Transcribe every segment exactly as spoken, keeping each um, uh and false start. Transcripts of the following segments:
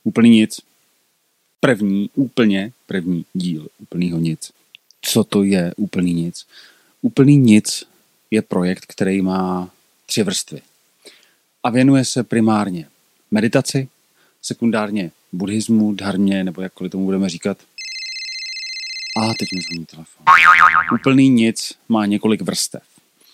Úplný nic. První, úplně první díl úplnýho nic. Co to je úplný nic? Úplný nic je projekt, který má tři vrstvy. A věnuje se primárně meditaci, sekundárně buddhismu, dharmě, nebo jakkoliv tomu budeme říkat. A teď mi zvoní telefon. Úplný nic má několik vrstev.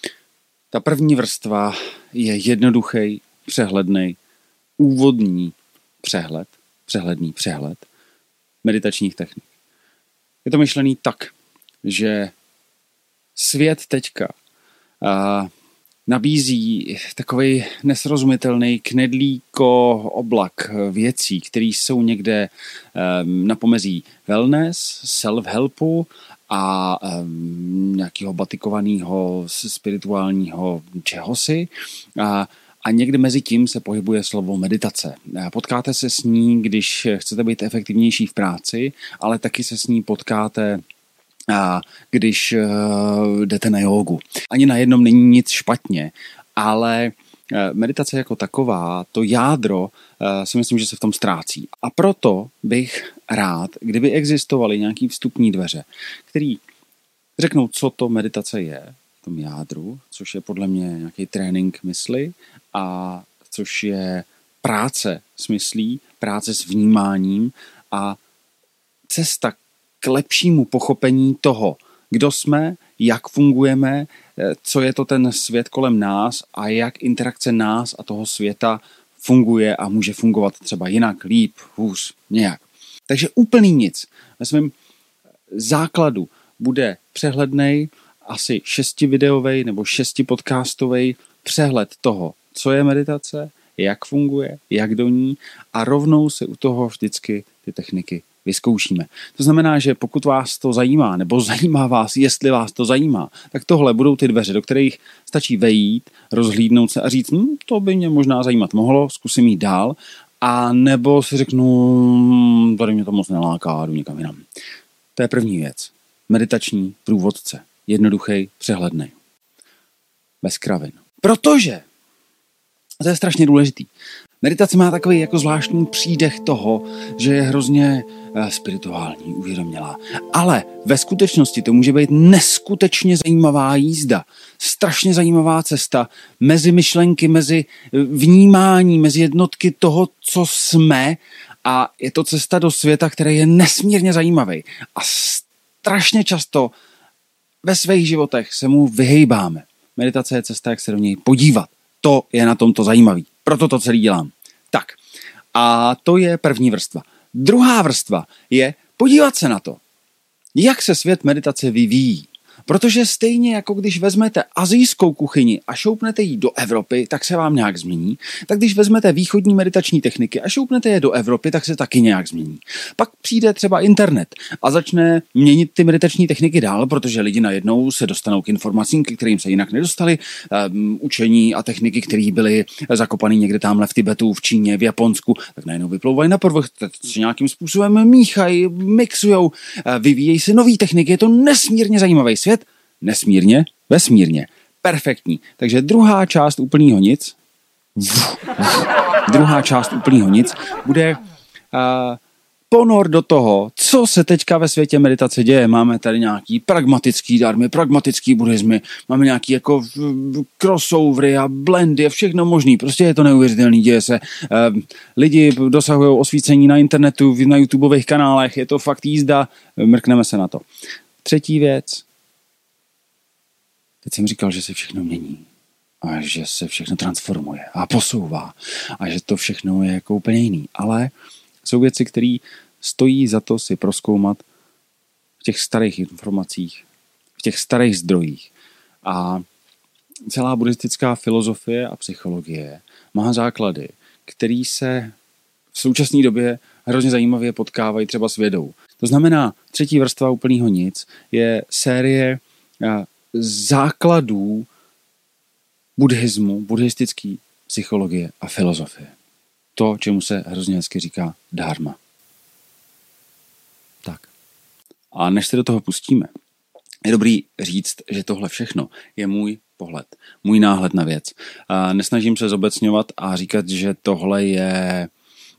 Ta první vrstva je jednoduchý, přehledný, úvodní přehled, přehledný přehled meditačních technik. Je to myšlený tak, že svět teďka a, nabízí takový nesrozumitelný knedlíko oblak věcí, které jsou někde um, na pomezí wellness, self-helpu a um, nějakého batikovaného spirituálního čehosi. A, a někde mezi tím se pohybuje slovo meditace. Potkáte se s ní, když chcete být efektivnější v práci, ale taky se s ní potkáte, a když uh, jdete na jógu. Ani na jednom není nic špatně, ale uh, meditace jako taková, to jádro, uh, si myslím, že se v tom ztrácí. A proto bych rád, kdyby existovaly nějaký vstupní dveře, který řeknou, co to meditace je v tom jádru, což je podle mě nějaký trénink mysli a což je práce s myslí, práce s vnímáním a cesta k lepšímu pochopení toho, kdo jsme, jak fungujeme, co je to ten svět kolem nás a jak interakce nás a toho světa funguje a může fungovat třeba jinak, líp, hůř, nějak. Takže úplný nic. Ve svém základu bude přehlednej, asi šestivideovej nebo šestipodcastovej přehled toho, co je meditace, jak funguje, jak do ní a rovnou se u toho vždycky ty techniky vyzkoušíme. To znamená, že pokud vás to zajímá, nebo zajímá vás, jestli vás to zajímá, tak tohle budou ty dveře, do kterých stačí vejít, rozhlídnout se a říct, hm, to by mě možná zajímat mohlo, zkusím jít dál, a nebo si řeknu, tady mě to moc neláká, jdu někam jinam. To je první věc. Meditační průvodce. Jednoduchý, přehledný. Bez kravin. Protože, a to je strašně důležitý, meditace má takový jako zvláštní přídech toho, že je hrozně uh, spirituální, uvědomělá. Ale ve skutečnosti to může být neskutečně zajímavá jízda. Strašně zajímavá cesta mezi myšlenky, mezi vnímání, mezi jednotky toho, co jsme. A je to cesta do světa, který je nesmírně zajímavý. A strašně často ve svých životech se mu vyhejbáme. Meditace je cesta, jak se do něj podívat. To je na tom to zajímavý. Proto to celý dělám. Tak. A to je první vrstva. Druhá vrstva je podívat se na to, jak se svět meditace vyvíjí. Protože stejně jako když vezmete asijskou kuchyni a šoupnete ji do Evropy, tak se vám nějak změní. Tak když vezmete východní meditační techniky a šoupnete je do Evropy, tak se taky nějak změní. Pak přijde třeba internet a začne měnit ty meditační techniky dál, protože lidi najednou se dostanou k informacím, k kterým se jinak nedostali. Um, učení a techniky, které byly zakopané někde tamhle v Tibetu, v Číně, v Japonsku, tak najednou vyplouvají na povrch, se nějakým způsobem míchají, mixujou, vyvíjejí se nové techniky. Je to nesmírně zajímavý svět. Nesmírně, vesmírně, perfektní. Takže druhá část úplného nic, druhá část úplného nic bude uh, ponor do toho, co se teďka ve světě meditace děje. Máme tady nějaký pragmatický dharmy, pragmatický buddhismy, máme nějaký jako crossovery a blendy a všechno možný. Prostě je to neuvěřitelný, děje se. Uh, lidi dosahují osvícení na internetu, na YouTubeových kanálech, je to fakt jízda, mrkneme se na to. Třetí věc. Teď jsem říkal, že se všechno mění a že se všechno transformuje a posouvá a že to všechno je jako úplně jiný. Ale jsou věci, které stojí za to si prozkoumat v těch starých informacích, v těch starých zdrojích. A celá buddhistická filozofie a psychologie má základy, které se v současné době hrozně zajímavě potkávají třeba s vědou. To znamená, třetí vrstva úplného nic je série základů buddhismu, buddhistické psychologie a filozofie. To, čemu se hrozně hezky říká dharma. Tak. A než se do toho pustíme, je dobrý říct, že tohle všechno je můj pohled, můj náhled na věc. A nesnažím se zobecňovat a říkat, že tohle je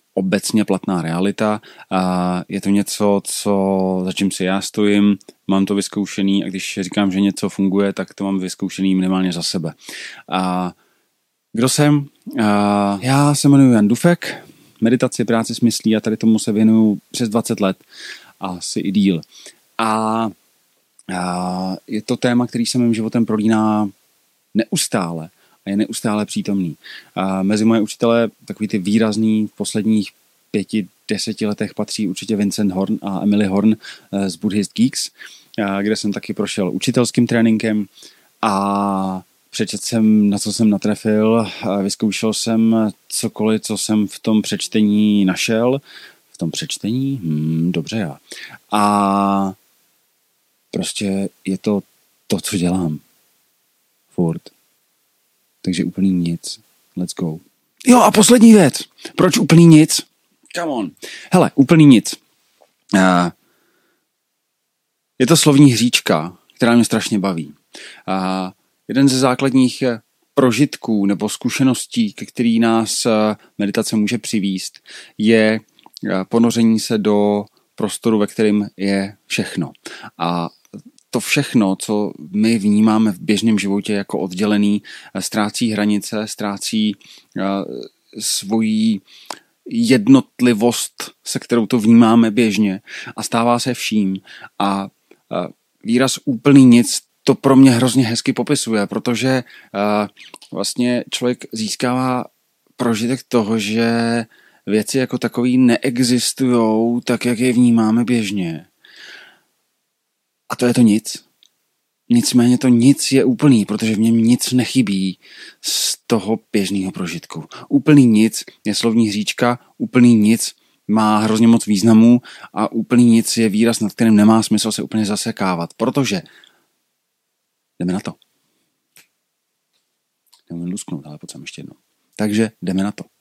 obecně platná realita. A je to něco, co, za čím si já stojím, mám to vyzkoušený a když říkám, že něco funguje, tak to mám vyzkoušený minimálně za sebe. A kdo jsem? A já se jmenuji Jan Dufek, meditaci, práci s myslí a tady tomu se věnuju přes dvacet let, asi i díl. A, a je to téma, který se mým životem prolíná neustále a je neustále přítomný. A mezi moje učitele takový ty výrazný v posledních pěti, deseti letech patří určitě Vincent Horn a Emily Horn z Buddhist Geeks, kde jsem taky prošel učitelským tréninkem a přečet jsem, na co jsem natrefil, vyzkoušel jsem cokoliv, co jsem v tom přečtení našel. V tom přečtení? Hmm, dobře já. A prostě je to to, co dělám. Furt. Takže úplný nic. Let's go. Jo a poslední věc. Proč úplný nic? Come on. Hele, úplný nic. Uh, je to slovní hříčka, která mě strašně baví. Uh, jeden ze základních prožitků nebo zkušeností, ke který nás meditace může přivést, je ponoření se do prostoru, ve kterém je všechno. A to všechno, co my vnímáme v běžném životě jako oddělený, ztrácí hranice, ztrácí svoji jednotlivost, se kterou to vnímáme běžně a stává se vším. A výraz úplný nic to pro mě hrozně hezky popisuje, protože vlastně člověk získává prožitek toho, že věci jako takový neexistujou tak, jak je vnímáme běžně. A to je to nic. Nicméně to nic je úplný, protože v něm nic nechybí z toho běžného prožitku. Úplný nic je slovní hříčka, úplný nic má hrozně moc významů a úplný nic je výraz, nad kterým nemá smysl se úplně zasekávat, protože jdeme na to. Nemůžu lusknout, ale pojď sem ještě jednou. Takže jdeme na to.